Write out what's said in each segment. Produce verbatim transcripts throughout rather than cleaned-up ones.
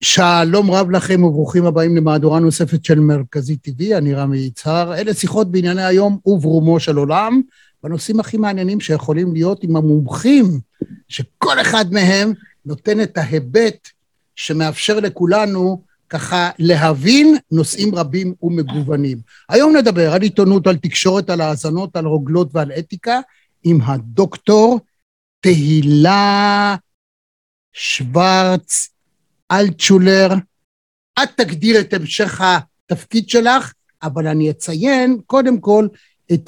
שלום רב לכם וברוכים הבאים למהדורה נוספת של מרכזי טבעי, אני רמי יצהר. אלה שיחות בענייני היום וברומו של עולם, בנושאים הכי מעניינים שיכולים להיות עם המומחים, שכל אחד מהם נותן את ההיבט שמאפשר לכולנו ככה להבין נושאים רבים ומגוונים. היום נדבר על עיתונות, על תקשורת, על האזנות, על רוגלות ועל אתיקה, עם הדוקטור תהילה שוורץ אלטשולר. את תגדיר את המשך התפקיד שלך, אבל אני אציין קודם כל את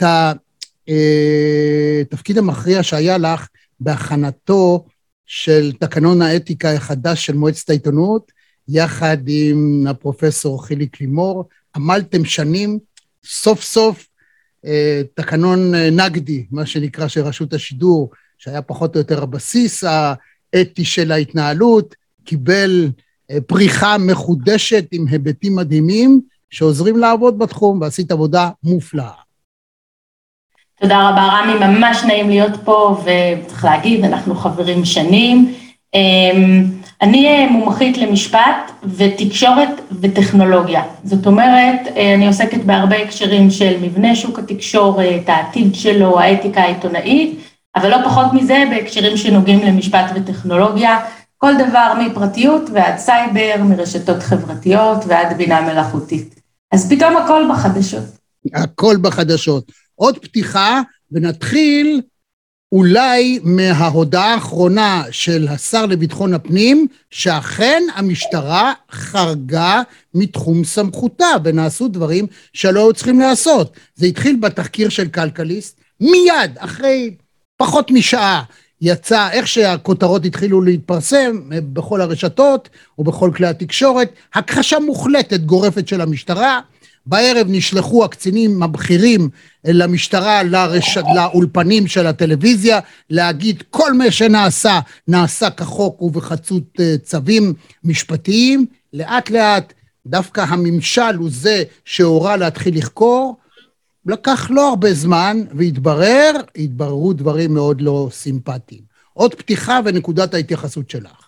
התפקיד המכריע שהיה לך בהכנתו של תקנון האתיקה החדש של מועצת העיתונות, יחד עם הפרופסור חיליק לימור. עמלתם שנים, סוף סוף תקנון נגדי, מה שנקרא של רשות השידור, שהיה פחות או יותר הבסיס האתי של ההתנהלות, קיבל פריחה מחודשת עם היבטים מדהימים שעוזרים לעבוד בתחום, ועשית עבודה מופלאה. תודה רבה רמי, ממש נעים להיות פה, וצריך להגיד, אנחנו חברים שנים. אני מומחית למשפט ותקשורת וטכנולוגיה. זאת אומרת, אני עוסקת בהרבה הקשרים של מבנה שוק התקשורת, העתיד שלו, האתיקה העיתונאית, אבל לא פחות מזה בהקשרים שנוגעים למשפט וטכנולוגיה, כל דבר מפרטיות ועד סייבר, מרשתות חברתיות ועד בינה מלאכותית. אז פתאום הכל בחדשות. הכל בחדשות. עוד פתיחה, ונתחיל אולי מההודעה האחרונה של השר לביטחון הפנים, שאכן המשטרה חרגה מתחום סמכותה, ונעשו דברים שלא היו צריכים לעשות. זה התחיל בתחקיר של כלכליסט, מיד אחרי פחות משעה, יצא, איך שהכותרות התחילו להתפרסם בכל הרשתות ובכל כלי התקשורת, הכחשה מוחלטת גורפת של המשטרה. בערב נשלחו הקצינים הבכירים למשטרה, לרש... לאולפנים של הטלוויזיה, להגיד כל מה שנעשה, נעשה כחוק ובחצות צווים משפטיים. לאט לאט דווקא הממשל הוא זה שהורה להתחיל לחקור, לקח לא הרבה זמן, והתברר, התבררו דברים מאוד לא סימפטיים. עוד פתיחה ונקודת ההתייחסות שלך.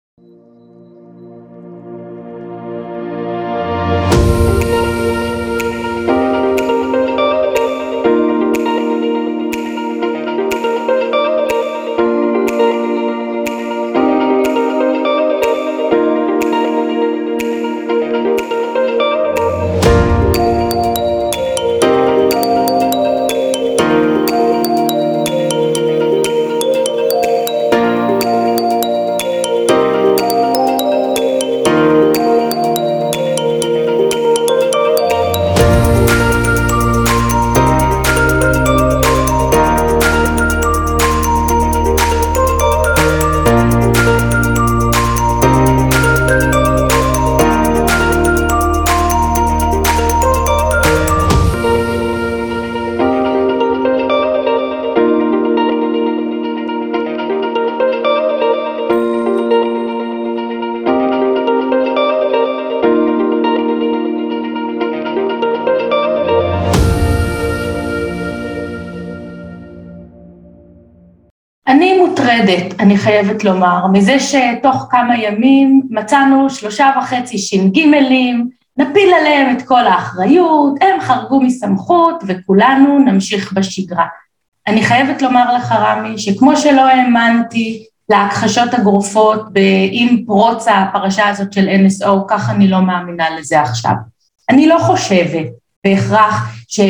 אני מוטרדת, אני חייבת לומר, מזה שתוך כמה ימים מצאנו שלושה וחצי שינגימלים, נפיל עליהם את כל האחריות, הם חרגו מסמכות וכולנו נמשיך בשגרה. אני חייבת לומר לך רמי, שכמו שלא האמנתי להכחשות הגורפות עם פרוץ הפרשה הזאת של אן אס או, כך אני לא מאמינה לזה עכשיו. אני לא חושבת בהכרח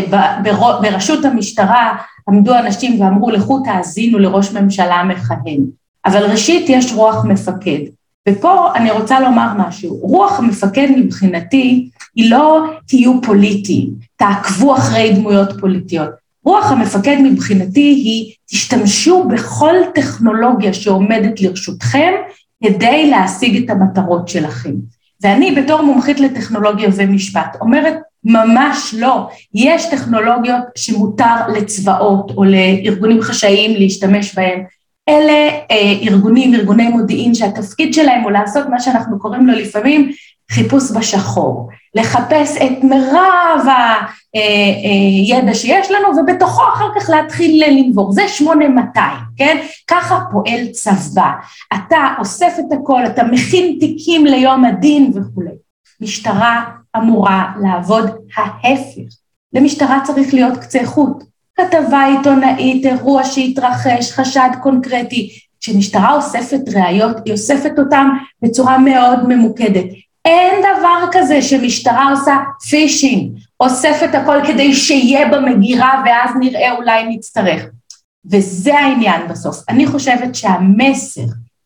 שברשות המשטרה עמדו אנשים ואמרו לכו תאזינו לראש ממשלה מכהן, אבל ראשית יש רוח מפקד, ופה אני רוצה לומר משהו, רוח המפקד מבחינתי היא לא תהיו פוליטיים, תעקבו אחרי דמויות פוליטיות, רוח המפקד מבחינתי היא תשתמשו בכל טכנולוגיה שעומדת לרשותכם כדי להשיג את המטרות שלכם, ואני בתור מומחית לטכנולוגיה ומשפט אומרת ממש לא, יש טכנולוגיות שמותר לצבאות או לארגונים חשאיים להשתמש בהם, אלה אה, ארגונים, ארגוני מודיעין שהתפקיד שלהם הוא לעשות מה שאנחנו קוראים לו לפעמים חיפוש בשחור, לחפש את מרב הידע שיש לנו, ובתוכו אחר כך להתחיל לנבור, זה שמונה מאתיים, כן? ככה פועל צבא, אתה אוסף את הכל, אתה מכין תיקים ליום הדין וכו'. משטרה אמורה לעבוד ההפך, למשטרה צריך להיות קצה חוט, כתבה עיתונאית, אירוע שהתרחש, חשד קונקרטי, כשמשטרה אוספת ראיות, היא אוספת אותם בצורה מאוד ממוקדת, אין דבר כזה שמשטרה עושה פישינג, אוספת הכל כדי שיהיה במגירה ואז נראה אולי נצטרך, וזה העניין בסוף. אני חושבת שהמסר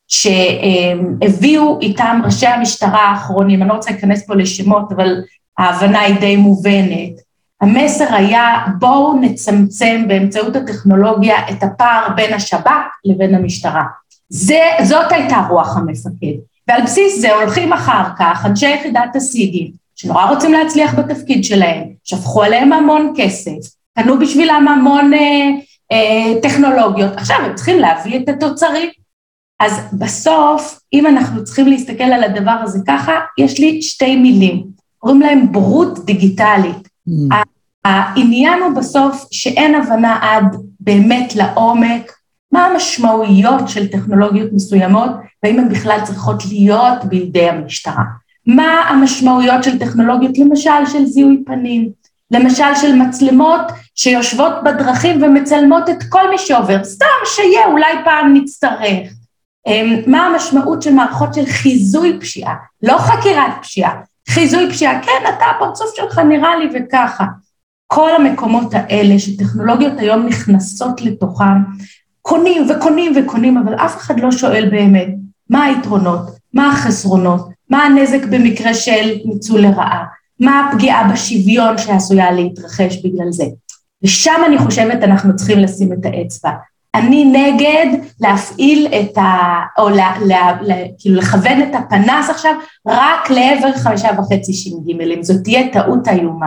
שהביאו איתם ראשי המשטרה האחרונים, אני לא רוצה להיכנס פה לשמות, אבל ההבנה היא די מובנת, המסר היה בואו נצמצם באמצעות הטכנולוגיה את הפער בין השב"כ לבין המשטרה. זה, זאת הייתה רוח המפקד. ועל בסיס זה הולכים אחר כך אנשי יחידת הסיגים, שנורא רוצים להצליח בתפקיד שלהם, שפכו עליהם המון כסף, קנו בשבילם המון אה, אה, טכנולוגיות, עכשיו הם צריכים להביא את התוצרים. אז בסוף, אם אנחנו צריכים להסתכל על הדבר הזה ככה, יש לי שתי מילים, קוראים להם בורות דיגיטלית. Mm. העניין הוא בסוף שאין הבנה עד באמת לעומק, מה המשמעויות של טכנולוגיות מסוימות, והאם הן בכלל צריכות להיות בידי המשטרה. מה המשמעויות של טכנולוגיות, למשל של זיהוי פנים, למשל של מצלמות שיושבות בדרכים ומצלמות את כל מי שעובר, סתם שיהיה, אולי פעם נצטרך. מה המשמעות של מערכות של חיזוי פשיעה, לא חקירת פשיעה, חיזוי פשיעה, כן, אתה הפרצוף שלך נראה לי וככה. כל המקומות האלה שטכנולוגיות היום נכנסות לתוכם, קונים וקונים וקונים, אבל אף אחד לא שואל באמת מה היתרונות, מה החסרונות, מה הנזק במקרה של ניצול לרעה, מה הפגיעה בשוויון שעשויה להתרחש בגלל זה. ושם אני חושבת אנחנו צריכים לשים את האצבע. אני נגד להפעיל את ה... או לה, לה, לה, כאילו לכוון את הפנס עכשיו רק לעבר חמישה וחצי ש"ג, זאת תהיה טעות איומה.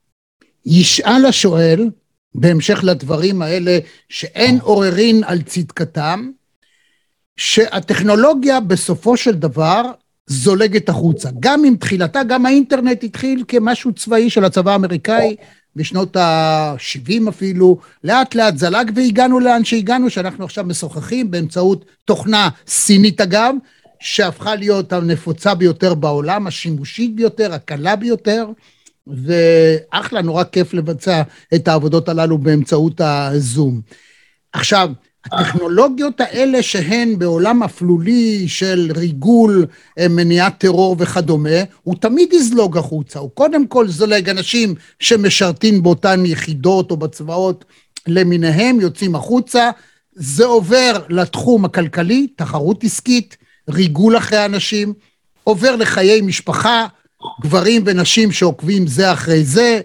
ישאל השואל, בהמשך לדברים האלה, שאין עוררין על צדקתם, שהטכנולוגיה בסופו של דבר זולגת החוצה. גם עם תחילתה, גם האינטרנט התחיל כמשהו צבאי של הצבא האמריקאי, בשנות ה-שבעים אפילו, לאט לאט זלג והגענו לאן שהגענו, שאנחנו עכשיו משוחחים באמצעות תוכנה סינית אגב, שהפכה להיות הנפוצה ביותר בעולם, השימושית ביותר, הקלה ביותר, ואחלה, נורא כיף לבצע את העבודות הללו באמצעות הזום. עכשיו, הטכנולוגיות האלה שהן בעולם אפלולי של ריגול, מניעת טרור וכדומה, הוא תמיד יזלוג החוצה, הוא קודם כל זולג אנשים שמשרתים באותן יחידות או בצבאות למיניהם, יוצאים החוצה, זה עובר לתחום הכלכלי, תחרות עסקית, ריגול אחרי אנשים, עובר לחיי משפחה, גברים ונשים שעוקבים זה אחרי זה,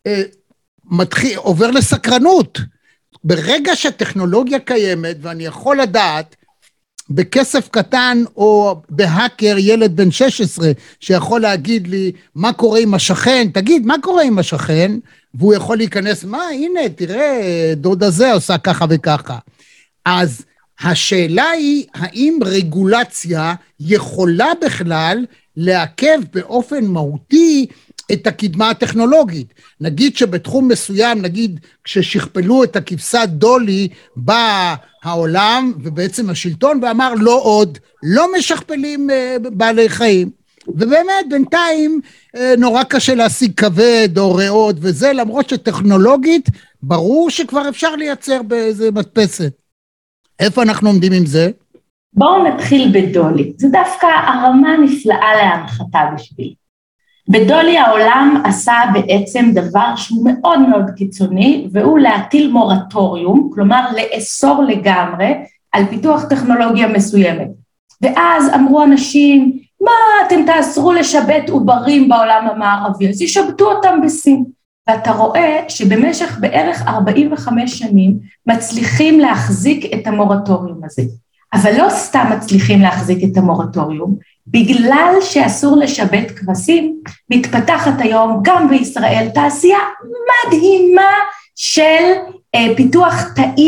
מתחיל, עובר לסקרנות. ברגע שהטכנולוגיה קיימת, ואני יכול לדעת, בכסף קטן או בהאקר ילד בן שש עשרה, שיכול להגיד לי מה קורה עם השכן, תגיד מה קורה עם השכן, והוא יכול להיכנס, מה הנה תראה דוד הזה עושה ככה וככה. אז השאלה היא, האם רגולציה יכולה בכלל לעכב באופן מהותי את הקדמה הטכנולוגית? נגיד שבתחום מסוים, נגיד כששכפלו את הכבשת דולי, בא העולם ובעצם השלטון ואמר לא עוד, לא משכפלים בעלי חיים. ובאמת בינתיים נורא קשה להשיג כבד או ריאות וזה, למרות שטכנולוגית ברור שכבר אפשר לייצר באיזה מדפסת. איפה אנחנו עומדים עם זה? בואו נתחיל בדולי, זה דווקא הרמה נפלאה להנחתה בשביל. בדולי העולם עשה בעצם דבר שהוא מאוד מאוד קיצוני, והוא להטיל מורטוריום, כלומר לאסור לגמרי על פיתוח טכנולוגיה מסוימת. ואז אמרו אנשים, מה אתם תאסרו לשבת עוברים בעולם המערבי, אז ישבתו אותם בסין. ואתה רואה שבמשך בערך ארבעים וחמש שנים מצליחים להחזיק את המורטוריום הזה. אבל לא סתם מצליחים להחזיק את המורטוריום, בגלל שאסור לשבת כבשים, מתפתחת היום גם בישראל תעשייה מדהימה של אה, פיתוח תאים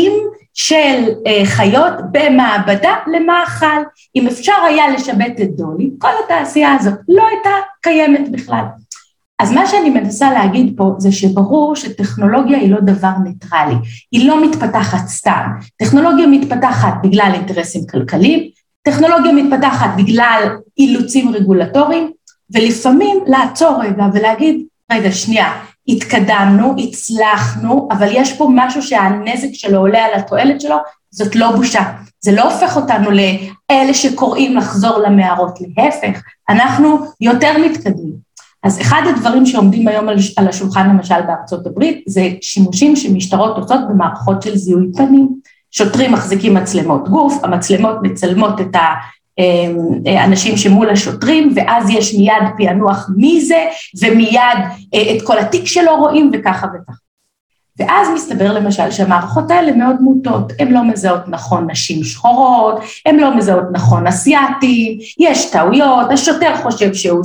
של חיות במעבדה למאכל. אם אפשר היה לשבת את דולי, כל התעשייה הזאת לא הייתה קיימת בכלל. אז מה שאני מנסה להגיד פה זה שברור שטכנולוגיה היא לא דבר ניטרלי, היא לא מתפתחת סתם. טכנולוגיה מתפתחת בגלל אינטרסים כלכליים, טכנולוגיה מתפתחת בגלל אילוצים רגולטוריים, ולפעמים לעצור רגע ולהגיד, רגע שנייה, התקדמנו, הצלחנו, אבל יש פה משהו שהנזק שלו עולה על התועלת שלו, זאת לא בושה. זה לא הופך אותנו לאלה שקוראים לחזור למערות, להפך, אנחנו יותר מתקדמים. אז אחד הדברים שעומדים היום על השולחן למשל בארצות הברית, זה שימושים שמשטרות עושות במערכות של זיהוי פנים. שוטרים מחזיקים מצלמות גוף, המצלמות מצלמות את האנשים שמול השוטרים, ואז יש מיד פענוח מי זה, ומיד את כל התיק שלו רואים, וככה וככה. ואז מסתבר למשל שהמערכות האלה מאוד מוטות, הן לא מזהות נכון נשים שחורות, הן לא מזהות נכון אסיאטים, יש טעויות, השוטר חושב שהוא...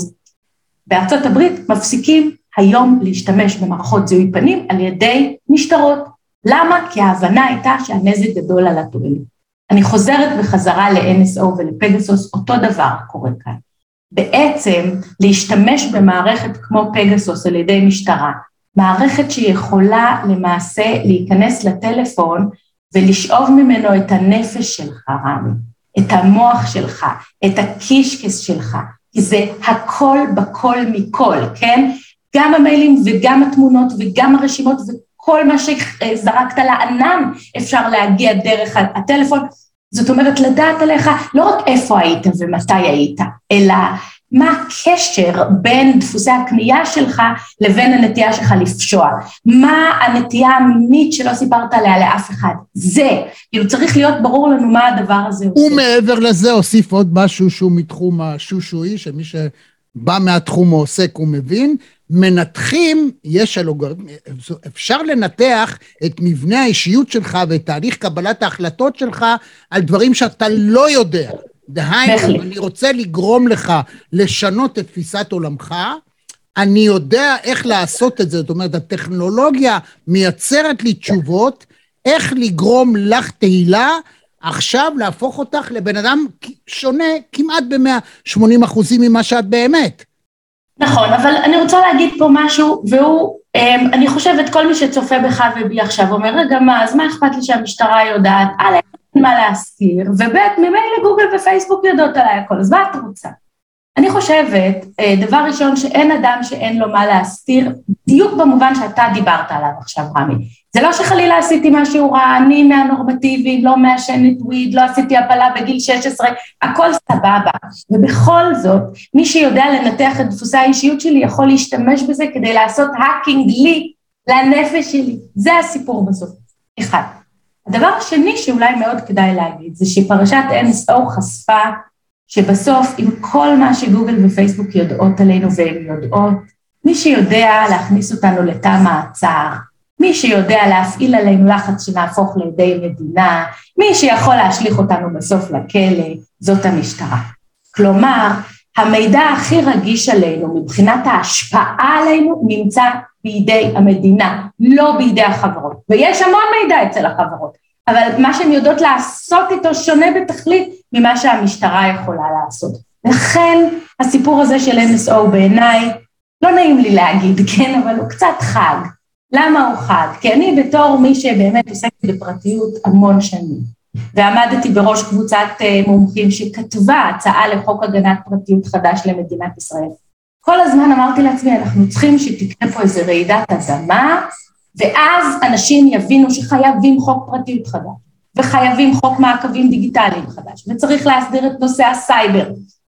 בארצות הברית מפסיקים היום להשתמש במערכות זיהוי פנים על ידי משטרות. למה? כי ההבנה הייתה שהנזק גדול על התועלת. אני חוזרת בחזרה ל-אן אס או ולפגסוס, אותו דבר קורה כאן. בעצם להשתמש במערכת כמו פגסוס על ידי משטרה, מערכת שיכולה למעשה להיכנס לטלפון ולשאוב ממנו את הנפש שלך, רמי, את המוח שלך, את הקישקס שלך, כי זה הכל בכל מכל, כן? גם המיילים וגם התמונות וגם הרשימות וכל מה שזרקת לענן אפשר להגיע דרך הטלפון. זאת אומרת, לדעת עליך לא רק איפה היית ומתי היית, אלא מה הקשר בין דפוסי הקנייה שלך לבין הנטייה שלך לפשוע. מה הנטייה המינית שלא סיפרת עליה לאף אחד. זה, כאילו צריך להיות ברור לנו מה הדבר הזה עושה. ומעבר לזה הוסיף עוד משהו שהוא מתחום השושואי, שמי שבא מהתחום העוסק ומבין, מנתחים, יש אלגוריתם, אפשר לנתח את מבנה האישיות שלך ואת תהליך קבלת ההחלטות שלך על דברים שאתה לא יודע. דהיינו, אני רוצה לגרום לך לשנות את תפיסת עולמך, אני יודע איך לעשות את זה, זאת אומרת, הטכנולוגיה מייצרת לי תשובות, איך לגרום לך תהילה, עכשיו להפוך אותך לבן אדם שונה כמעט ב-מאה ושמונים אחוזים ממה שאת באמת. נכון, אבל אני רוצה להגיד פה משהו, והוא, אני חושבת, כל מי שצופה בך ובי עכשיו אומר, רגע מה, אז מה אכפת לי שהמשטרה יודעת, א', מה להסתיר, וב' ממילא גוגל ופייסבוק יודעות עליי הכל, אז מה את רוצה? אני חושבת, דבר ראשון, שאין אדם שאין לו מה להסתיר, בדיוק במובן שאתה דיברת עליו עכשיו, רמי. זה לא שחלילה עשיתי משהו רע, אני מהנורמטיבי, לא מעשנת וויד, לא עשיתי הפלה בגיל שש עשרה, הכל סבבה. ובכל זאת, מי שיודע לנתח את דפוסי האישיות שלי, יכול להשתמש בזה כדי לעשות האקינג לי, לנפש שלי. זה הסיפור בסוף. אחד. הדבר השני שאולי מאוד כדאי להגיד, זה שפרשת אן אס או חשפה, שבסוף עם כל מה שגוגל ופייסבוק יודעות עלינו והן יודעות, מי שיודע להכניס אותנו לתא מעצר, מי שיודע להפעיל עלינו לחץ שנהפוך לידי מדינה, מי שיכול להשליך אותנו בסוף לכלא, זאת המשטרה. כלומר, המידע הכי רגיש עלינו, מבחינת ההשפעה עלינו, נמצא בידי המדינה, לא בידי החברות. ויש המון מידע אצל החברות, אבל מה שהן יודעות לעשות איתו שונה בתכלית ממה שהמשטרה יכולה לעשות. לכן הסיפור הזה של אן אס או בעיניי, לא נעים לי להגיד, כן, אבל הוא קצת חג. למה הוא חג? כי אני בתור מי שבאמת עוסקת בפרטיות המון שנים, ועמדתי בראש קבוצת מומחים שכתבה הצעה לחוק הגנת פרטיות חדש למדינת ישראל. כל הזמן אמרתי לעצמי, אנחנו צריכים שתקרה פה איזו רעידת אדמה, ואז אנשים יבינו שחייבים חוק פרטיות חדש, וחייבים חוק מעקבים דיגיטליים חדש, וצריך להסדיר את נושא הסייבר.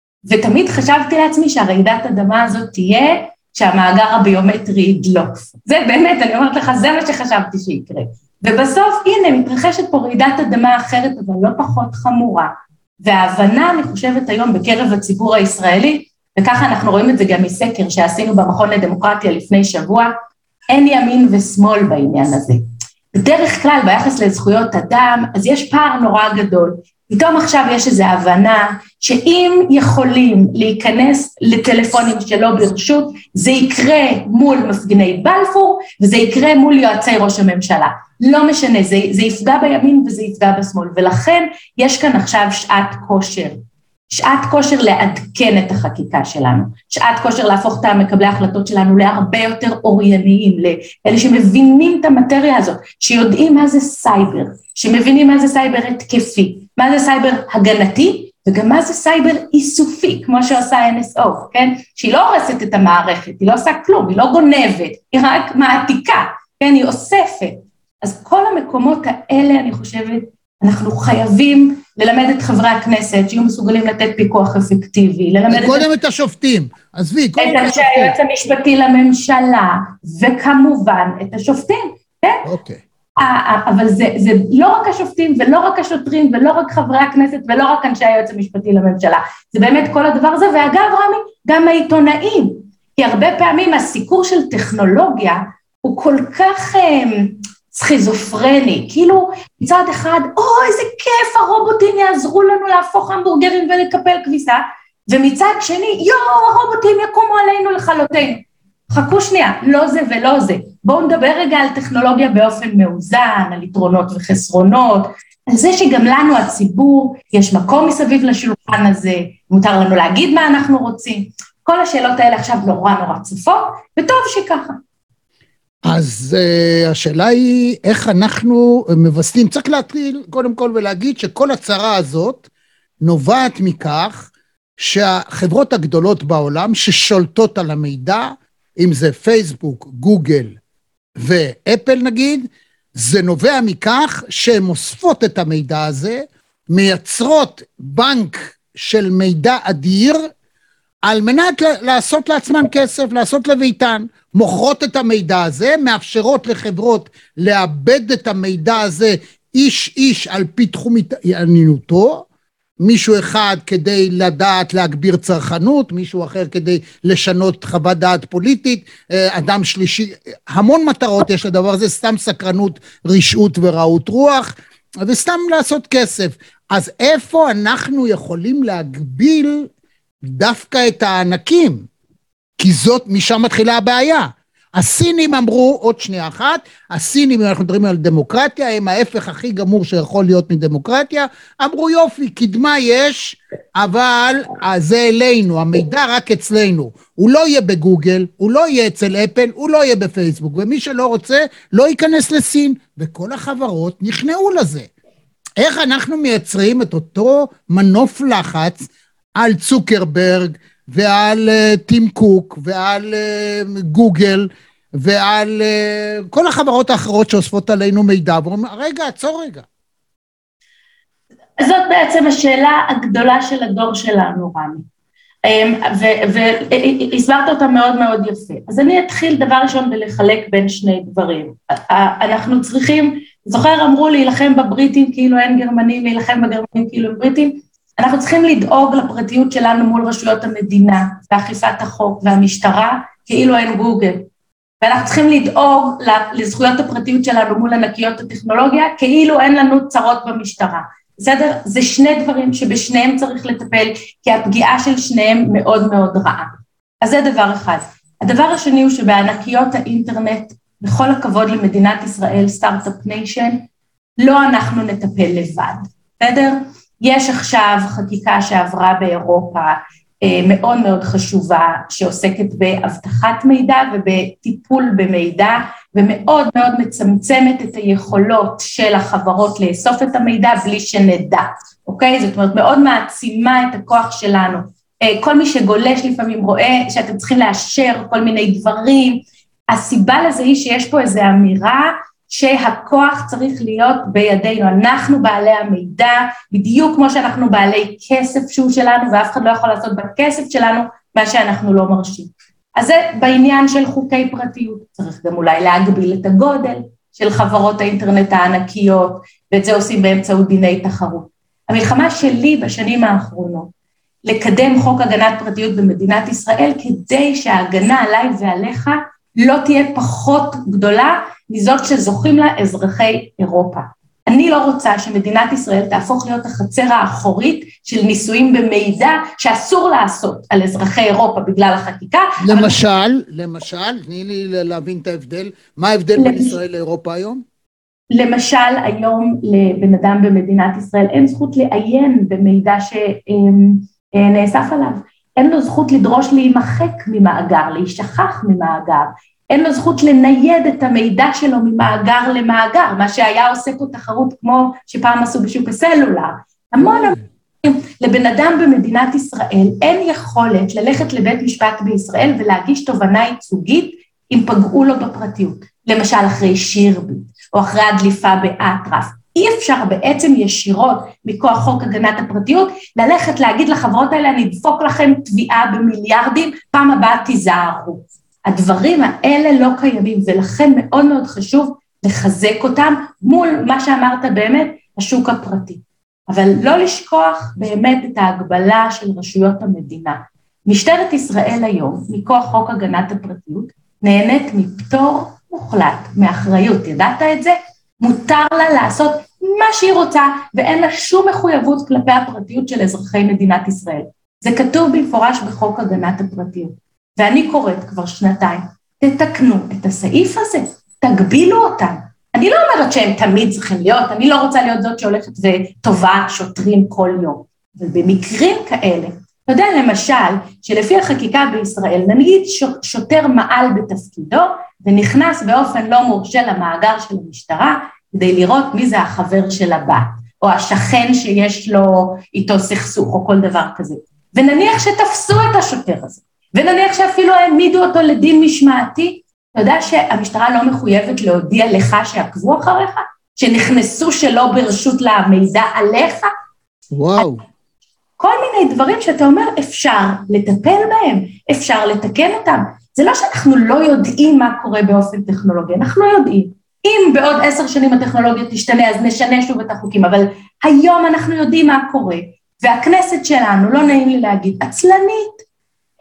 ותמיד חשבתי לעצמי שהרעידת אדמה הזאת תהיה שהמאגר הביומטרי ידלוף. זה באמת, אני אומרת לך, זה מה שחשבתי שיקרה. ובסוף, הנה, מתרחשת פה רעידת אדמה אחרת, אבל לא פחות חמורה. וההבנה, אני חושבת היום, בקרב הציבור הישראלי, וככה אנחנו רואים את זה גם מסקר שעשינו במכון לדמוקרטיה לפני שבוע, אין ימין ושמאל בעניין הזה. בדרך כלל, ביחס לזכויות אדם, אז יש פער נורא גדול פתאום עכשיו יש איזו הבנה שאם יכולים להיכנס לטלפונים שלא ברשות, זה יקרה מול מפגיני בלפור, וזה יקרה מול יועצי ראש הממשלה. לא משנה, זה, זה יפגע בימין וזה יפגע בשמאל, ולכן יש כאן עכשיו שעת כושר. שעת כושר לעדכן את החקיקה שלנו, שעת כושר להפוך את המקבלי ההחלטות שלנו להרבה יותר אורייניים, לאלה שמבינים את המטריה הזאת, שיודעים מה זה סייבר, שמבינים מה זה סייבר התקפי, מה זה סייבר הגנתי, וגם מה זה סייבר איסופי, כמו שעושה אן אס או, כן? שהיא לא הורסת את המערכת, היא לא עושה כלום, היא לא גונבת, היא רק מעתיקה, כן? היא אוספת. אז כל המקומות האלה, אני חושבת, אנחנו חייבים ללמד את חברי הכנסת, שיהיו מסוגלים לתת פיקוח אפקטיבי, ללמד קודם את השופטים, עזבי, קודם את השופטים. את היועץ המשפטי לממשלה, וכמובן את השופטים, כן? אוקיי. אבל זה, זה לא רק השופטים, ולא רק השוטרים, ולא רק חברי הכנסת, ולא רק אנשי היועץ המשפטי לממשלה, זה באמת כל הדבר הזה, ואגב רמי, גם העיתונאים, כי הרבה פעמים הסיקור של טכנולוגיה, הוא כל כך סכיזופרני, כאילו מצד אחד, או איזה כיף, הרובוטים יעזרו לנו להפוך המבורגרים ולקפל כביסה, ומצד שני, יו, הרובוטים יקומו עלינו לחלוטין. חכו שנייה, לא זה ולא זה. בואו נדבר רגע על טכנולוגיה באופן מאוזן, על יתרונות וחסרונות, על זה שגם לנו הציבור, יש מקום מסביב לשולחן הזה, מותר לנו להגיד מה אנחנו רוצים. כל השאלות האלה עכשיו נורא נורא צפות, וטוב שככה. אז uh, השאלה היא איך אנחנו מבססים, צריך להתחיל קודם כל ולהגיד שכל הצרה הזאת נובעת מכך שהחברות הגדולות בעולם ששולטות על המידע, אם זה פייסבוק, גוגל ואפל נגיד, זה נובע מכך שהן אוספות את המידע הזה, מייצרות בנק של מידע אדיר, על מנת לעשות לעצמן כסף, לעשות לביתן, מוכרות את המידע הזה, מאפשרות לחברות לאבד את המידע הזה איש איש על פי תחום עניינותו, מישהו אחד כדי לדעת להגביר צרכנות, מישהו אחר כדי לשנות חוות דעת פוליטית, אדם שלישי, המון מטרות יש לדבר הזה, סתם סקרנות, רשעות ורעות רוח, וסתם לעשות כסף. אז איפה אנחנו יכולים להגביל דווקא את הענקים? כי זאת, משם מתחילה הבעיה. הסינים אמרו, עוד שנייה אחת, הסינים, אם אנחנו מדברים על דמוקרטיה, הם ההפך הכי גמור שיכול להיות מדמוקרטיה, אמרו יופי, קדמה יש, אבל זה אלינו, המידע רק אצלנו, הוא לא יהיה בגוגל, הוא לא יהיה אצל אפל, הוא לא יהיה בפייסבוק, ומי שלא רוצה, לא ייכנס לסין, וכל החברות נכנעו לזה. איך אנחנו מייצרים את אותו מנוף לחץ על צוקרברג, ועל טים קוק, ועל גוגל, ועל כל החברות האחרות שאוספות עלינו מידע, ואומרים, רגע, עצור רגע. זאת בעצם השאלה הגדולה של הדור שלנו, רמי, והסברת אותה מאוד מאוד יפה. אז אני אתחיל דבר ראשון בלחלק בין שני דברים. אנחנו צריכים, זוכר אמרו להילחם בבריטים כאילו אין גרמנים, להילחם בגרמנים כאילו הם בריטים, אנחנו צריכים לדאוג לפרטיות שלנו מול רשויות המדינה, ואכיפת החוק והמשטרה, כאילו אין גוגל. ואנחנו צריכים לדאוג לזכויות הפרטיות שלנו מול ענקיות הטכנולוגיה, כאילו אין לנו צרות במשטרה. בסדר? זה שני דברים שבשניהם צריך לטפל, כי הפגיעה של שניהם מאוד מאוד רעה. אז זה דבר אחד. הדבר השני הוא שבענקיות האינטרנט, בכל הכבוד למדינת ישראל, סטארט-אפ ניישן, לא אנחנו נטפל לבד. בסדר? יש עכשיו חקיקה שעברה באירופה מאוד מאוד חשובה, שעוסקת בהבטחת מידע ובטיפול במידע, ומאוד מאוד מצמצמת את היכולות של החברות לאסוף את המידע בלי שנדע, אוקיי? זאת אומרת, מאוד מעצימה את הכוח שלנו. כל מי שגולש לפעמים רואה שאתם צריכים לאשר כל מיני דברים, הסיבה לזה היא שיש פה איזו אמירה, שהכוח צריך להיות בידינו, אנחנו בעלי המידע, בדיוק כמו שאנחנו בעלי כסף שהוא שלנו, ואף אחד לא יכול לעשות בכסף שלנו, מה שאנחנו לא מרשים. אז זה בעניין של חוקי פרטיות, צריך גם אולי להגביל את הגודל של חברות האינטרנט הענקיות, ואת זה עושים באמצעות דיני תחרות. המלחמה שלי בשנים האחרונות, לקדם חוק הגנת פרטיות במדינת ישראל, כדי שההגנה עליי ועליך לא תהיה פחות גדולה, מזאת שזוכים לה אזרחי אירופה. אני לא רוצה שמדינת ישראל תהפוך להיות החצר האחורית של ניסויים במידע שאסור לעשות על אזרחי אירופה בגלל החקיקה. למשל, אבל... למשל, תני לי להבין את ההבדל, מה ההבדל למש... בין ישראל לאירופה היום? למשל, היום לבן אדם במדינת ישראל אין זכות לעיין במידע שנאסף עליו, אין לו זכות לדרוש להימחק ממאגר, להישכח ממאגר, אין לו זכות לנייד את המידע שלו ממאגר למאגר, מה שהיה עושה פה תחרות כמו שפעם עשו בשוק הסלולר. המון המון, לבן אדם במדינת ישראל אין יכולת ללכת לבית משפט בישראל ולהגיש תובנה ייצוגית אם פגעו לו בפרטיות, למשל אחרי שירביט או אחרי הדליפה באטרף. אי אפשר בעצם ישירות מכוח חוק הגנת הפרטיות ללכת להגיד לחברות האלה אני אדפוק לכם תביעה במיליארדים, פעם הבאה תיזהרו. הדברים האלה לא קיימים, ולכן מאוד מאוד חשוב לחזק אותם מול מה שאמרת באמת, השוק הפרטי. אבל לא לשכוח באמת את ההגבלה של רשויות המדינה. משטרת ישראל היום, מכוח חוק הגנת הפרטיות, נהנית מפטור מוחלט, מאחריות. ידעת את זה? מותר לה לעשות מה שהיא רוצה, ואין לה שום מחויבות כלפי הפרטיות של אזרחי מדינת ישראל. זה כתוב במפורש בחוק הגנת הפרטיות. ואני קוראת כבר שנתיים, תתקנו את הסעיף הזה, תגבילו אותם. אני לא אומרת שהם תמיד צריכים להיות, אני לא רוצה להיות זאת שהולכת וטובה שוטרים כל יום. אבל במקרים כאלה, אתה יודע למשל, שלפי החקיקה בישראל, נגיד שוטר מעל בתפקידו, ונכנס באופן לא מורשה למאגר של המשטרה, כדי לראות מי זה החבר של הבת, או השכן שיש לו איתו סכסוך, או כל דבר כזה. ונניח שתפסו את השוטר הזה, ונניח שאפילו העמידו אותו לדין משמעתי, אתה יודע שהמשטרה לא מחויבת להודיע לך שעקבו אחריך? שנכנסו שלא ברשות למידע עליך? וואו. כל מיני דברים שאתה אומר אפשר לטפל בהם, אפשר לתקן אותם. זה לא שאנחנו לא יודעים מה קורה באופן טכנולוגי, אנחנו יודעים. אם בעוד עשר שנים הטכנולוגיה תשתנה, אז נשנה שוב את החוקים, אבל היום אנחנו יודעים מה קורה, והכנסת שלנו, לא נעים לי להגיד, עצלנית,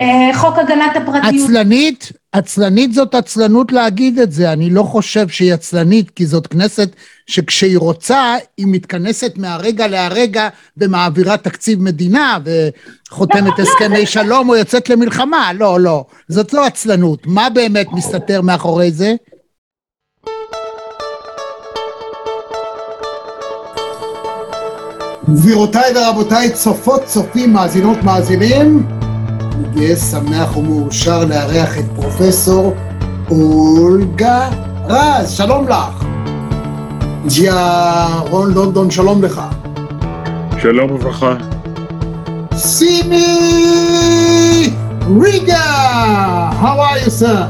חוק הגנת הפרטיות. עצלנית, עצלנית זאת עצלנות להגיד את זה, אני לא חושב שהיא עצלנית, כי זאת כנסת שכשהיא רוצה, היא מתכנסת מהרגע להרגע, במעבירה תקציב מדינה, וחותמת הסכמי שלום, או יוצאת למלחמה, לא, לא, זאת לא עצלנות, מה באמת מסתתר מאחורי זה? גבירותיי ורבותיי, צופות, צופים, מאזינות, מאזינים, אני גאה, שמח ומאושר לארח את פרופסור אולגה רז, שלום לך. ג'יה רון לונדון, שלום לך. שלום וברכה. סימי ריגה, how are you sir?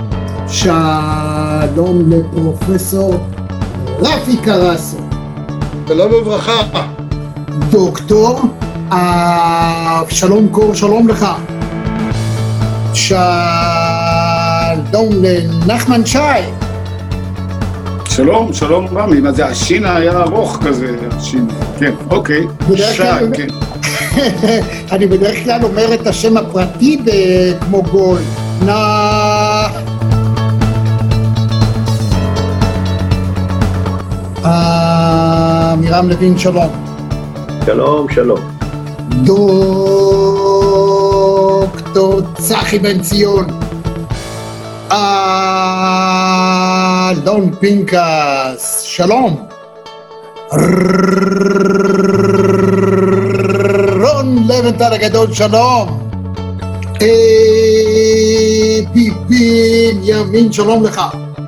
שלום לפרופסור רפי קרסו. שלום וברכה. דוקטור שלום קור, שלום לך. שלום לנחמן שי. שלום, שלום רמי, מה זה, השין היה ארוך כזה, השין, כן, אוקיי, שי, כן. אני בדרך כלל אומר את השם הפרטי כמו גול. נא... מירם לוין, שלום. שלום, שלום. דוקטור צחי בן ציון. אלון פינקס, שלום. רון לבנטל הגדול, שלום. פיפין ימין, שלום לך.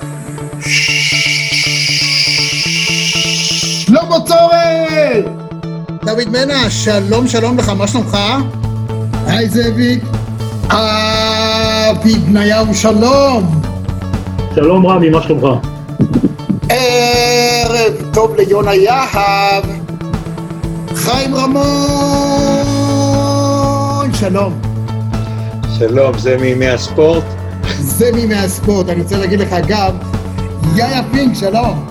שלמה צורל. דוד מנה, שלום, שלום לך, מה שלומך? היי זאביק. אבי בניהו, שלום. שלום רמי, מה שלומך? ערב טוב ליונה יהב. חיים רמון, שלום. שלום, זה מימי הספורט? זה מימי הספורט, אני רוצה להגיד לך גם, יאיה פינק, שלום.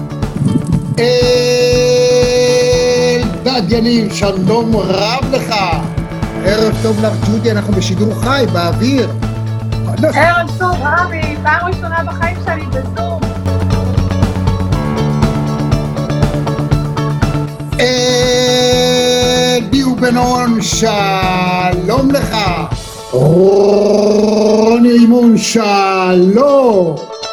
אלדד יניב, שלום רב לך. ערב טוב לך ג'ודי, אנחנו בשידור חי, באוויר. ערב טוב רמי, פעם ראשונה בחיים שלי בזום. אדי ובנון, שלום לך. רוני רימון, שלום.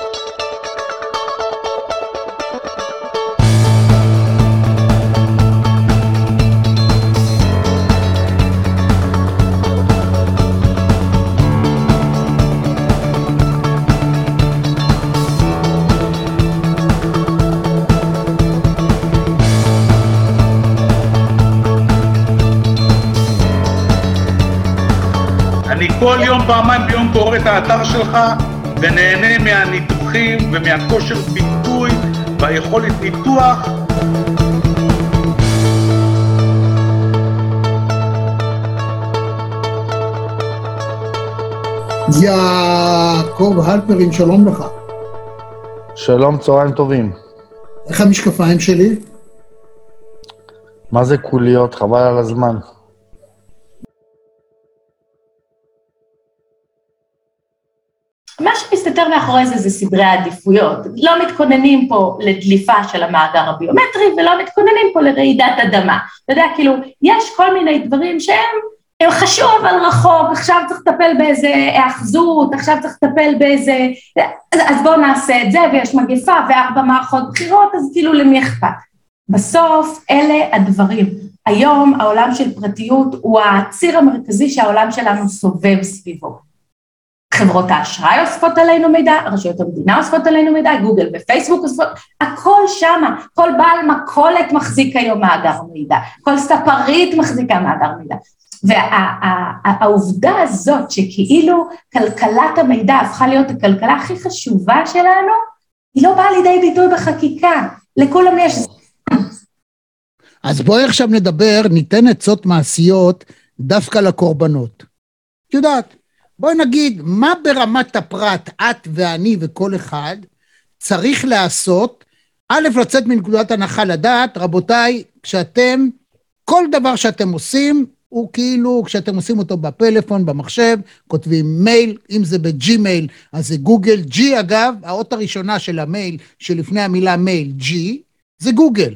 אני כל יום פעמיים ביום קורא את האתר שלך ונהנה מהניתוחים ומהכושר ביטוי והיכולת ניתוח. יעקב הלפרין, שלום לך. שלום, צהריים טובים. איך המשקפיים שלי? מה זה קוליות? חבל על הזמן. מה שמסתתר מאחורי זה זה סדרי העדיפויות. לא מתכוננים פה לדליפה של המאגר הביומטרי, ולא מתכוננים פה לרעידת אדמה. אתה יודע, כאילו, יש כל מיני דברים שהם הם חשוב אבל רחוק, עכשיו צריך לטפל באיזה האחזות, עכשיו צריך לטפל באיזה, אז בואו נעשה את זה, ויש מגפה וארבע מערכות בחירות, אז כאילו למי אכפת. בסוף אלה הדברים. היום העולם של פרטיות הוא הציר המרכזי שהעולם שלנו סובב סביבו. חברות האשראי אוספות עלינו מידע, רשויות המדינה אוספות עלינו מידע, גוגל ופייסבוק אוספות, הכל שמה, כל בעל מכולת מחזיק היום מאגר מידע, כל ספרית מחזיקה מאגר מידע, והעובדה הזאת שכאילו כלכלת המידע הפכה להיות הכלכלה הכי חשובה שלנו, היא לא באה לידי ביטוי בחקיקה, לכולם יש... אז בואי עכשיו נדבר, ניתן עצות מעשיות דווקא לקורבנות. יודעת, בואי נגיד, מה ברמת הפרט, את ואני וכל אחד, צריך לעשות, א', לצאת מנקודת הנחה לדעת, רבותיי, כשאתם, כל דבר שאתם עושים, הוא כאילו, כשאתם עושים אותו בפלאפון, במחשב, כותבים מייל, אם זה בג'ימייל, אז זה גוגל, ג'י אגב, האות הראשונה של המייל, שלפני המילה מייל, ג'י, זה גוגל.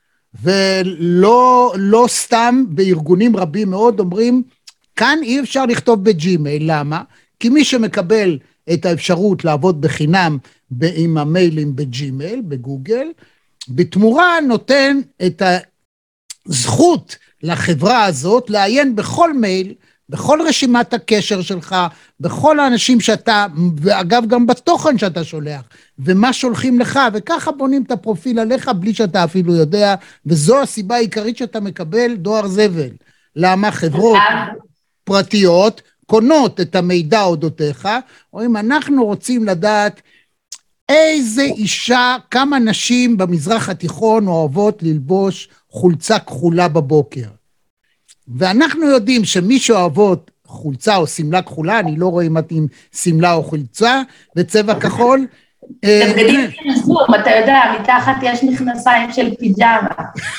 ולא לא סתם בארגונים רבים מאוד אומרים, כאן אי אפשר לכתוב בג'ימייל, למה? כי מי שמקבל את האפשרות לעבוד בחינם עם המיילים בג'ימייל, בגוגל, בתמורה נותן את הזכות לחברה הזאת לעיין בכל מייל, בכל רשימת הקשר שלך, בכל האנשים שאתה, ואגב גם בתוכן שאתה שולח, ומה שולחים לך, וככה בונים את הפרופיל עליך בלי שאתה אפילו יודע, וזו הסיבה העיקרית שאתה מקבל דואר זבל. למה? חברות פרטיות קונות את המידע אודותיך, או אם אנחנו רוצים לדעת איזה אישה, כמה נשים במזרח התיכון אוהבות ללבוש חולצה כחולה בבוקר. ואנחנו יודעים שמי שאוהבות חולצה או סמלה כחולה, אני לא רואה אם את עם סמלה או חולצה, בצבע כחול. זה בגדים פרסום, אתה יודע, מתחת יש מכנסיים של פיג'מה.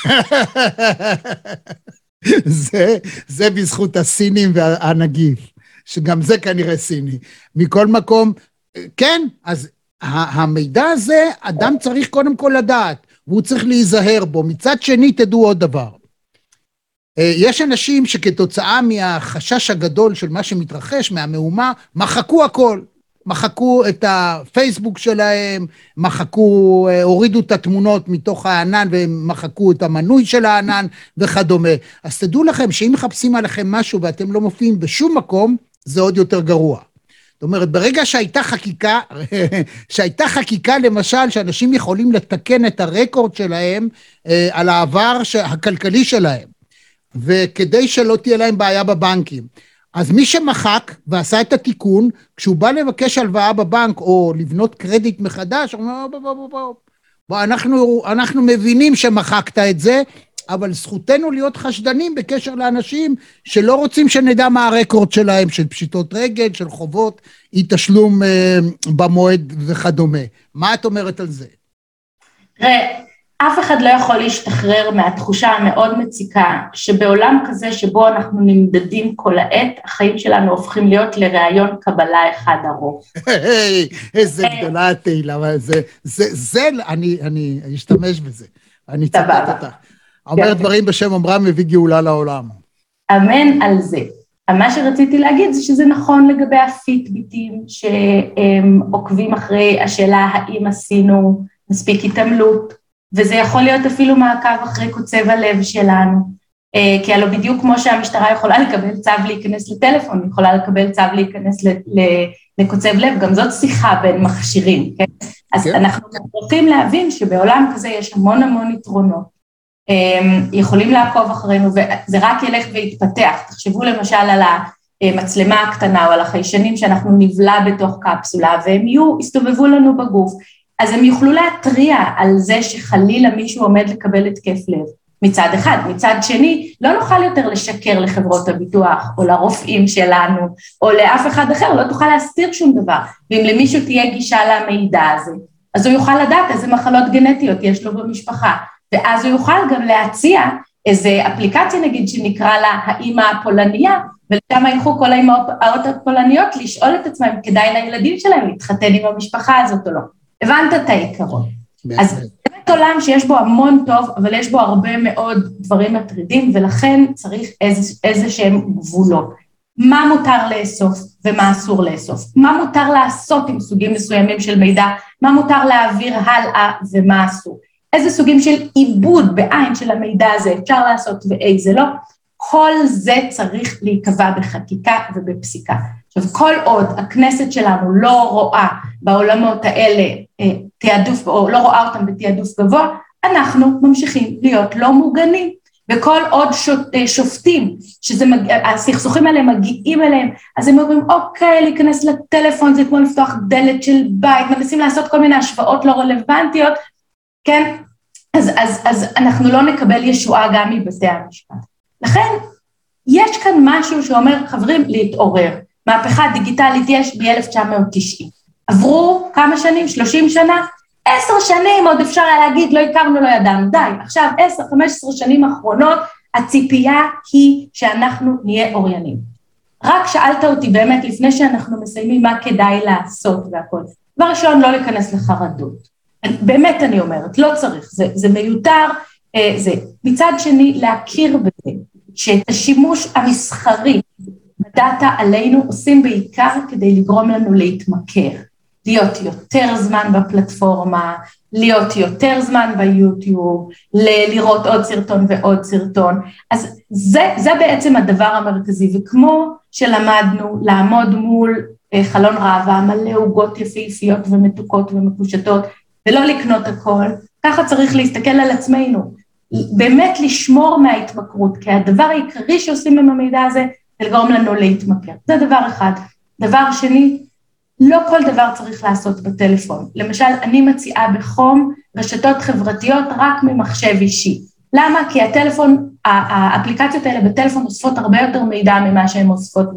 זה, זה בזכות הסינים והנגיף, שגם זה כנראה סיני. מכל מקום, כן, אז המידע הזה, אדם צריך קודם כל לדעת, והוא צריך להיזהר בו. מצד שני, תדעו עוד דבר. יש אנשים שכתוצאה מהחשש הגדול של מה שמתרחש, מהמהומה, מחקו הכל. מחקו את הפייסבוק שלהם, מחקו, הורידו את התמונות מתוך הענן, ומחקו את המנוי של הענן וכדומה. אז תדעו לכם שאם מחפשים עליכם משהו ואתם לא מופיעים בשום מקום, זה עוד יותר גרוע. זאת אומרת, ברגע שהייתה חקיקה, שהייתה חקיקה למשל, שאנשים יכולים לתקן את הרקורד שלהם על העבר הכלכלי שלהם, וכדי שלא תהיה להם בעיה בבנקים. אז מי שמחק ועשה את התיקון, כשהוא בא לבקש הלוואה בבנק, או לבנות קרדיט מחדש, הוא אומר, בוא, בוא, בוא, בוא. בוא, אנחנו, אנחנו מבינים שמחקת את זה, אבל זכותנו להיות חשדנים בקשר לאנשים שלא רוצים שנדע מה הרקורד שלהם, של פשיטות רגל, של חובות, אי תשלום אה, במועד וכדומה. מה את אומרת על זה? ראה, אף אחד לא יכול להשתחרר מהתחושה המאוד מציקה, שבעולם כזה שבו אנחנו נמדדים כל העת, החיים שלנו הופכים להיות לרעיון קבלה אחד ארוך. איזה גדולה התהילה, אבל זה, זה, זה, אני, אני אשתמש בזה, אני צטט אותך. אומר דברים בשם אומרם מביא גאולה לעולם. אמן על זה. מה שרציתי להגיד זה שזה נכון לגבי הפיטביטים שעוקבים אחרי השאלה האם עשינו מספיק התעמלות, וזה יכול להיות אפילו מעקב אחרי קוצב הלב שלנו, כי הלוא בדיוק כמו שהמשטרה יכולה לקבל צו להיכנס לטלפון, יכולה לקבל צו להיכנס לקוצב לב, גם זאת שיחה בין מכשירים, כן? אז אנחנו צריכים להבין שבעולם כזה יש המון המון יתרונות, יכולים לעקוב אחרינו, וזה רק ילך ויתפתח. תחשבו למשל על המצלמה הקטנה, או על החיישנים שאנחנו נבלע בתוך קפסולה, והם יהיו, יסתובבו לנו בגוף, אז הם יוכלו להטריע על זה שחלילה מישהו עומד לקבל התקף לב. מצד אחד, מצד שני, לא נוכל יותר לשקר לחברות הביטוח, או לרופאים שלנו, או לאף אחד אחר, לא תוכל להסתיר שום דבר, ואם למישהו תהיה גישה למידע הזה, אז הוא יוכל לדעת איזה מחלות גנטיות יש לו במשפחה, ואז הוא יוכל גם להציע איזה אפליקציה נגיד שנקרא לה האמא הפולניה, ולשם ילכו כל האמהות הפולניות לשאול את עצמם כדאי לילדים שלהם להתחתן עם המשפחה הזאת או לא. הבנת את העיקרון. אז באמת עולם שיש בו המון טוב, אבל יש בו הרבה מאוד דברים מטרידים, ולכן צריך איזה, איזה שהם גבולות. מה מותר לאסוף ומה אסור לאסוף? מה מותר לעשות עם סוגים מסוימים של מידע? מה מותר להעביר הלאה ומה אסור? איזה סוגים של עיבוד בעין של המידע הזה אפשר לעשות ואיזה לא? כל זה צריך להיקבע בחקיקה ובפסיקה. עכשיו, כל עוד הכנסת שלנו לא רואה בעולמות האלה תיעדוף, או לא רואה אותם בתיעדוף גבוה, אנחנו ממשיכים להיות לא מוגנים. וכל עוד שופטים, שהסכסוכים האלה מגיעים אליהם, אז הם אומרים, אוקיי, להיכנס לטלפון, זה כמו לפתוח דלת של בית, מנסים לעשות כל מיני השוואות לא רלוונטיות, כן? אז, אז, אז אנחנו לא נקבל ישועה גם מבתי המשפט. לכן, יש כאן משהו שאומר, חברים, להתעורר. מהפכה דיגיטלית יש ב-אלף תשע מאות תשעים. עברו כמה שנים? שלושים שנה? עשר שנים עוד אפשר היה להגיד, לא הכרנו, לא ידענו. די, עכשיו עשר, חמש עשרה שנים האחרונות, הציפייה היא שאנחנו נהיה אוריינים. רק שאלת אותי באמת, לפני שאנחנו מסיימים, מה כדאי לעשות והכל. דבר ראשון, לא להיכנס לחרדות. באמת אני אומרת, לא צריך, זה, זה מיותר, זה מצד שני להכיר בזה, שאת השימוש המסחרי בדאטה עלינו עושים בעיקר כדי לגרום לנו להתמכר, להיות יותר זמן בפלטפורמה, להיות יותר זמן ביוטיוב, ל- לראות עוד סרטון ועוד סרטון, אז זה, זה בעצם הדבר המרכזי, וכמו שלמדנו לעמוד מול חלון ראווה, מלא עוגות יפהפיות ומתוקות ומקושטות, ולא לקנות הכל, ככה צריך להסתכל על עצמנו, באמת לשמור מההתמכרות, כי הדבר העיקרי שעושים עם המידע הזה, זה לגרום לנו להתמכר. זה דבר אחד. דבר שני, לא כל דבר צריך לעשות בטלפון. למשל, אני מציעה בחום רשתות חברתיות רק ממחשב אישי. למה? כי הטלפון, האפליקציות האלה בטלפון אוספות הרבה יותר מידע ממה שהן אוספות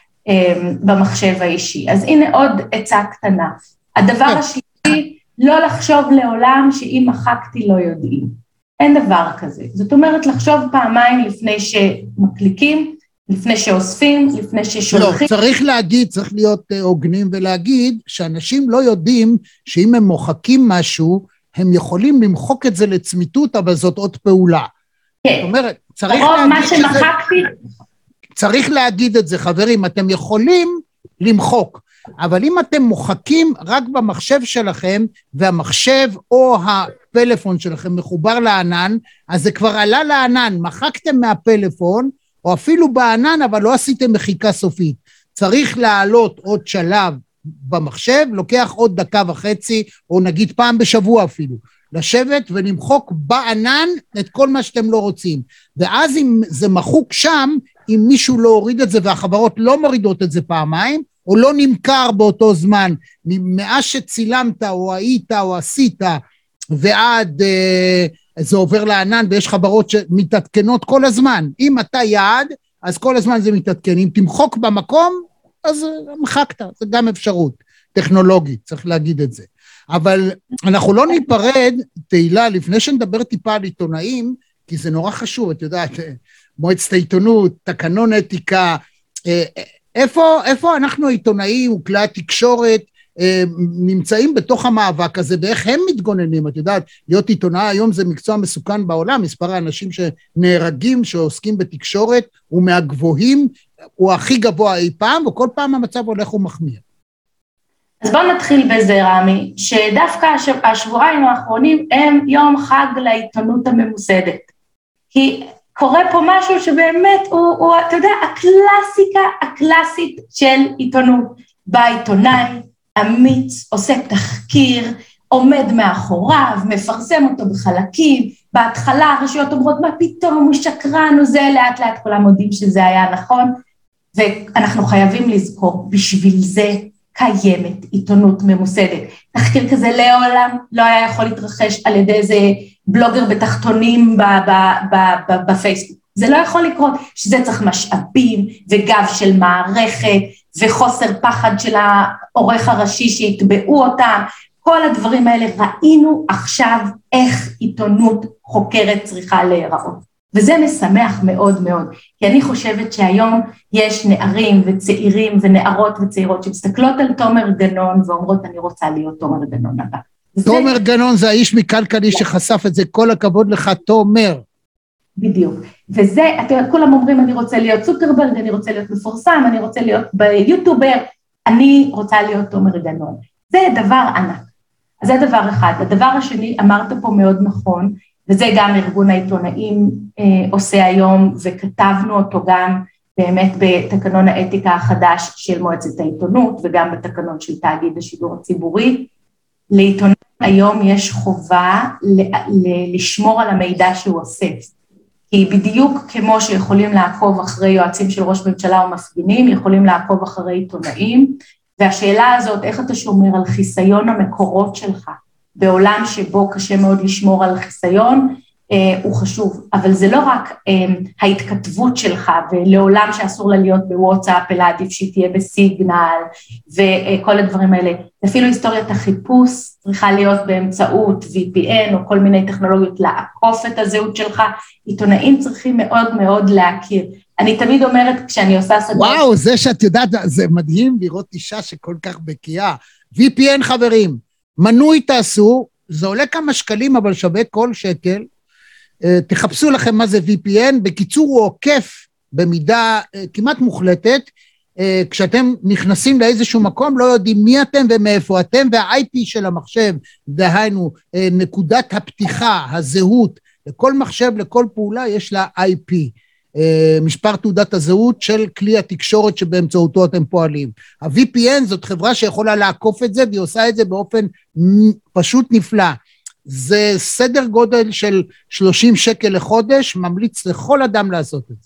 במחשב האישי. אז הנה עוד עצה קטנה. הדבר השלישי, לא לחשוב לעולם שאם מחקתי לא יודעים. אין דבר כזה. זאת אומרת, לחשוב פעמיים לפני שמקליקים, לפני שאוספים, לפני ששולחים. לא, צריך להגיד, צריך להיות הוגנים ולהגיד, שאנשים לא יודעים שאם הם מוחקים משהו, הם יכולים למחוק את זה לצמיתות, אבל זאת עוד פעולה. כן. זאת אומרת, צריך להגיד מה שזה... שמחקתי... צריך להגיד את זה, חברים, אתם יכולים למחוק, אבל אם אתם מוחקים רק במחשב שלכם, והמחשב או הפלאפון שלכם מחובר לענן, אז זה כבר עלה לענן, מחקתם מהפלאפון, או אפילו בענן, אבל לא עשיתם מחיקה סופית. צריך לעלות עוד שלב במחשב, לוקח עוד דקה וחצי, או נגיד פעם בשבוע אפילו, לשבת ולמחוק בענן את כל מה שאתם לא רוצים. ואז אם זה מחוק שם, אם מישהו לא הוריד את זה, והחברות לא מורידות את זה פעמיים, או לא נמכר באותו זמן, מאז שצילמת או היית או עשית, ועד אה, זה עובר לענן, ויש חברות שמתעדכנות כל הזמן. אם אתה יעד, אז כל הזמן זה מתעדכן. אם תמחוק במקום, אז מחקת, זה גם אפשרות טכנולוגית, צריך להגיד את זה. אבל אנחנו לא ניפרד, תהילה, לפני שנדבר טיפה על עיתונאים, כי זה נורא חשוב, את יודעת, מועצת העיתונות, תקנון אתיקה, איפה, איפה אנחנו עיתונאים וכלי התקשורת נמצאים בתוך המאבק הזה, ואיך הם מתגוננים. את יודעת, להיות עיתונאי היום זה מקצוע מסוכן בעולם, מספר האנשים שנהרגים, שעוסקים בתקשורת, הוא מהגבוהים, הוא הכי גבוה אי פעם, וכל פעם המצב הולך ומחמיר. אז בואו נתחיל בזה, רמי, שדווקא השבועיים האחרונים הם יום חג לעיתונות הממוסדת. כי קורה פה משהו שבאמת הוא, הוא, אתה יודע, הקלאסיקה הקלאסית של עיתונות. בא עיתונאי, אמיץ, עושה תחקיר, עומד מאחוריו, מפרסם אותו בחלקים, בהתחלה הרשויות אומרות, מה פתאום, הוא שקרן, הוא זה, לאט לאט כולם יודעים שזה היה נכון, ואנחנו חייבים לזכור, בשביל זה קיימת עיתונות ממוסדת. תחקיר כזה לעולם לא היה יכול להתרחש על ידי איזה בלוגר בתחתונים בפייסבוק. זה לא יכול לקרות, שזה צריך משאבים וגב של מערכת וחוסר פחד של העורך הראשי שיתבעו אותם. כל הדברים האלה ראינו עכשיו איך עיתונות חוקרת צריכה להיראות. וזה משמח מאוד מאוד, כי אני חושבת שהיום יש נערים וצעירים ונערות וצעירות שמסתכלות על תומר גנון ואומרות, אני רוצה להיות תומר גנון הבא. תומר גנון זה האיש מכלכלי שחשף את זה, כל הכבוד לך, תומר. בדיוק, וזה, כולם אומרים, אני רוצה להיות צוקרברג, אני רוצה להיות מפורסם, אני רוצה להיות ביוטובר, אני רוצה להיות תומר גנון. זה דבר ענק. אז זה דבר אחד. הדבר השני, אמרת פה מאוד נכון, וזה גם ארגון העיתונאים אה, עושה היום, וכתבנו אותו גם באמת בתקנון האתיקה החדש של מועצת העיתונות, וגם בתקנון של תאגיד השידור הציבורי. לעיתונאים היום יש חובה ל- ל- לשמור על המידע שהוא אוסף. כי בדיוק כמו שיכולים לעקוב אחרי יועצים של ראש ממשלה ומפגינים, יכולים לעקוב אחרי עיתונאים, והשאלה הזאת, איך אתה שומר על חיסיון המקורות שלך, בעולם שבו קשה מאוד לשמור על חיסיון, אה, הוא חשוב, אבל זה לא רק אה, ההתכתבות שלך, ולעולם שאסור לה להיות בוואטסאפ, אלא עדיף שהיא תהיה בסיגנל, וכל הדברים האלה, אפילו היסטוריית החיפוש צריכה להיות באמצעות וי פי אן, או כל מיני טכנולוגיות לעקוף את הזהות שלך, עיתונאים צריכים מאוד מאוד להכיר. אני תמיד אומרת, כשאני עושה סדרות... וואו, זה שאת יודעת, זה מדהים לראות אישה שכל כך בקיאה. וי פי אן חברים, מנוי תעשו, זה עולה כמה שקלים, אבל שווה כל שקל, תחפשו לכם מה זה וי פי אן, בקיצור הוא עוקף במידה כמעט מוחלטת, כשאתם נכנסים לאיזשהו מקום, לא יודעים מי אתם ומאיפה אתם, וה-איי פי של המחשב, דהיינו, נקודת הפתיחה, הזהות, לכל מחשב, לכל פעולה יש לה איי פי, משפר תעודת הזהות של כלי התקשורת שבאמצעותו אתם פועלים. ה-וי פי אן זאת חברה שיכולה לעקוף את זה, והיא עושה את זה באופן פשוט נפלא. זה סדר גודל של שלושים שקל לחודש, ממליץ לכל אדם לעשות את זה.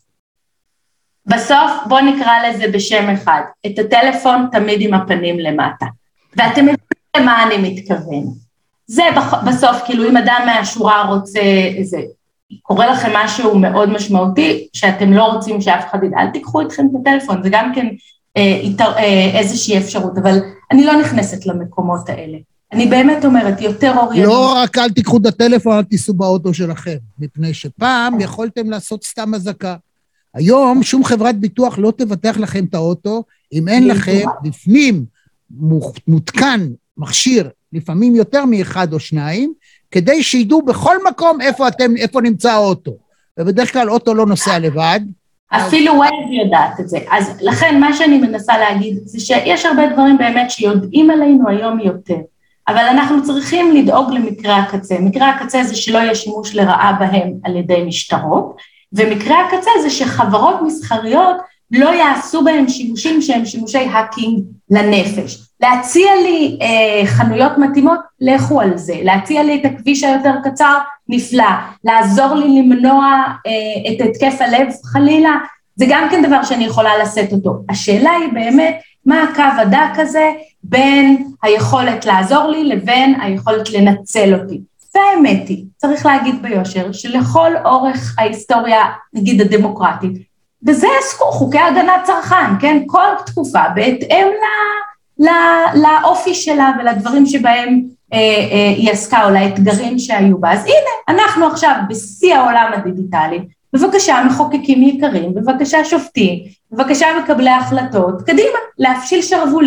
בסוף בוא נקרא לזה בשם אחד, את הטלפון תמיד עם הפנים למטה, ואתם מבינים למה אני מתכוון. זה בסוף, כאילו אם אדם מהשורה רוצה איזה, קורה לכם משהו מאוד משמעותי, שאתם לא רוצים שאף אחד ידע, אל תיקחו אתכם את הטלפון, זה גם כן אה, אה, איזושהי אפשרות, אבל אני לא נכנסת למקומות האלה. אני באמת אומרת, יותר אוריינות. לא רק אל תיקחו את הטלפון, אל תיסעו באוטו שלכם, מפני שפעם יכולתם לעשות סתם הזקה. היום שום חברת ביטוח לא תבטח לכם את האוטו, אם אין לכם לפנים מותקן מכשיר, לפעמים יותר מאחד או שניים, כדי שידעו בכל מקום איפה אתם, איפה נמצא האוטו. ובדרך כלל אוטו לא נוסע לבד. אפילו וייז יודעת את זה. אז לכן מה שאני מנסה להגיד, זה שיש הרבה דברים באמת שיודעים עלינו היום יותר. אבל אנחנו צריכים לדאוג למקרה הקצה. מקרה הקצה זה שלא יהיה שימוש לרעה בהם על ידי משטרות, ומקרה הקצה זה שחברות מסחריות לא יעשו בהם שימושים שהם שימושי האקינג לנפש. להציע לי אה, חנויות מתאימות, לכו על זה. להציע לי את הכביש היותר קצר, נפלא. לעזור לי למנוע אה, את התקף הלב, חלילה, זה גם כן דבר שאני יכולה לשאת אותו. השאלה היא באמת, מה הקו הדק הזה בין היכולת לעזור לי לבין היכולת לנצל אותי. והאמת היא, צריך להגיד ביושר, שלכל אורך ההיסטוריה, נגיד הדמוקרטית, וזה עסקו חוקי הגנת צרכן, כן? כל תקופה, בהתאם ל, ל, לאופי שלה ולדברים שבהם אה, אה, היא עסקה, או לאתגרים שהיו בה. אז הנה, אנחנו עכשיו בשיא העולם הדיגיטלי, בבקשה מחוקקים יקרים, בבקשה שופטים, בבקשה מקבלי החלטות, קדימה, להפשיל שרבולים,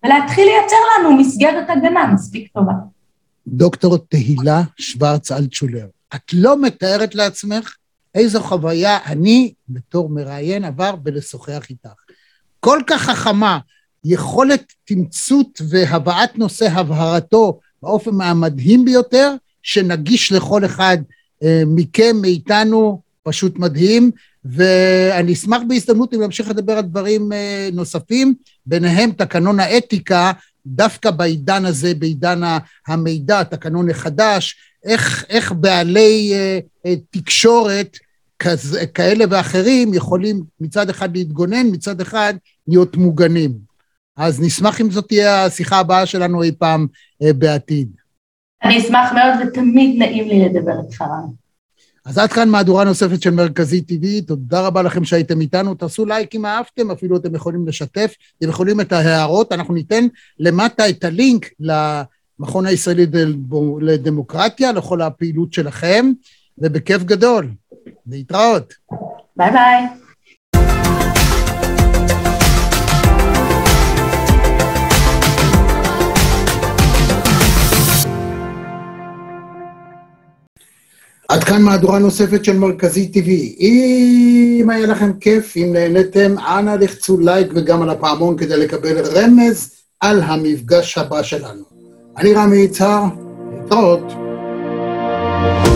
ולהתחיל לייצר לנו מסגרת הגנה מספיק טובה. דוקטור תהילה שוורץ אלטשולר, את לא מתארת לעצמך איזו חוויה אני בתור מראיין עבר בלשוחח איתך. כל כך חכמה, יכולת תמצות והבאת נושא הבהרתו באופן המדהים ביותר, שנגיש לכל אחד אה, מכם, מאיתנו, פשוט מדהים, ואני אשמח בהזדמנות אם להמשיך לדבר על דברים אה, נוספים, ביניהם תקנון האתיקה, דווקא בעידן הזה, בעידן המידע, תקנון החדש, איך, איך בעלי אה, אה, תקשורת כז, כאלה ואחרים יכולים מצד אחד להתגונן, מצד אחד להיות מוגנים. אז נשמח אם זאת תהיה השיחה הבאה שלנו אי פעם אה, בעתיד. אני אשמח מאוד ותמיד נעים לי לדבר איתך רם. אז עד כאן מהדורה נוספת של מרכזי טבעי, תודה רבה לכם שהייתם איתנו, תעשו לייק אם אהבתם, אפילו אתם יכולים לשתף, אתם יכולים את ההערות, אנחנו ניתן למטה את הלינק למכון הישראלי לדמוקרטיה, לכל הפעילות שלכם, ובכיף גדול, להתראות. ביי ביי. עד כאן מהדורה נוספת של מרכזי טבעי. אם היה לכם כיף, אם נהנתם, אנא לחצו לייק וגם על הפעמון כדי לקבל רמז על המפגש הבא שלנו. אני רמי יצהר, להתראות.